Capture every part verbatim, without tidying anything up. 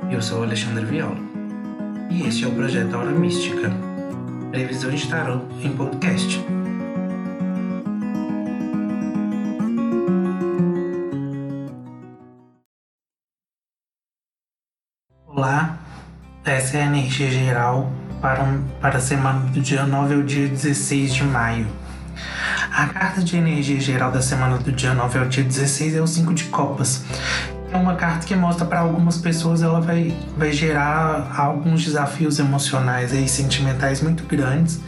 Eu sou o Alexandre Viola e este é o Projeto Aura Mística, previsão de tarô em podcast. Olá, essa é a energia geral para, um, para a semana do dia nove ao dia dezesseis de maio. A carta de energia geral da semana do dia nove ao dia dezesseis é o cinco de copas. É uma carta que mostra para algumas pessoas, ela vai, vai gerar alguns desafios emocionais e sentimentais muito grandes,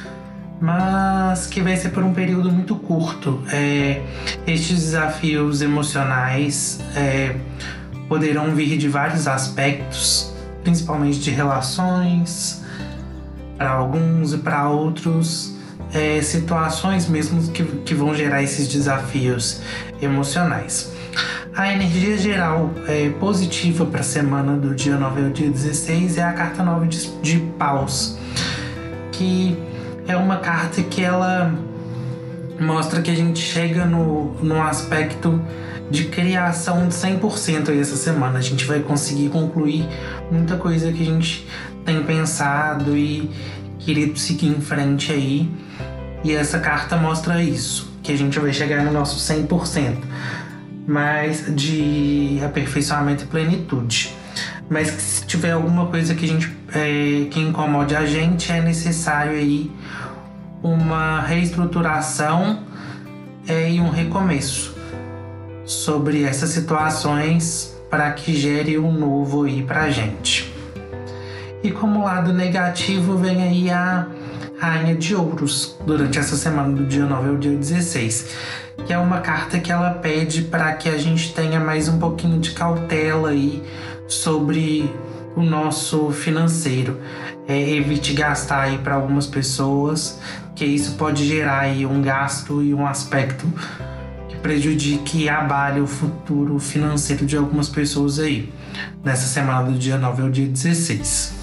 mas que vai ser por um período muito curto. É, estes desafios emocionais é, poderão vir de vários aspectos, principalmente de relações, para alguns e para outros, é, situações mesmo que, que vão gerar esses desafios emocionais. A energia geral é, positiva para a semana do dia nove ao dia dezesseis é a carta nove de, de paus, que é uma carta que ela mostra que a gente chega no, no aspecto de criação de cem por cento aí essa semana. A gente vai conseguir concluir muita coisa que a gente tem pensado e querido seguir em frente aí. E essa carta mostra isso, que a gente vai chegar no nosso cem por cento. Mas de aperfeiçoamento e plenitude. Mas que se tiver alguma coisa que a gente é, que incomode a gente, é necessário aí uma reestruturação é, e um recomeço sobre essas situações para que gere um novo aí pra gente. E como lado negativo vem aí a Rainha de Ouros durante essa semana do dia nove ao dia dezesseis, que é uma carta que ela pede para que a gente tenha mais um pouquinho de cautela aí sobre o nosso financeiro. É, evite gastar aí para algumas pessoas, que isso pode gerar aí um gasto e um aspecto que prejudique e abale o futuro financeiro de algumas pessoas aí, nessa semana do dia nove ao dia dezesseis.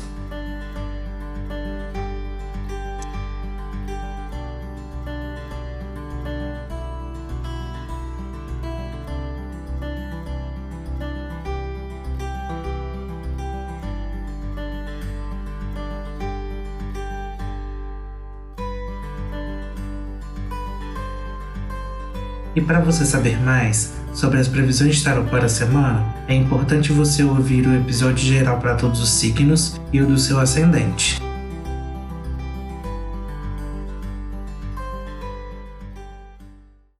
E para você saber mais sobre as previsões de tarô para a semana, é importante você ouvir o episódio geral para todos os signos e o do seu ascendente.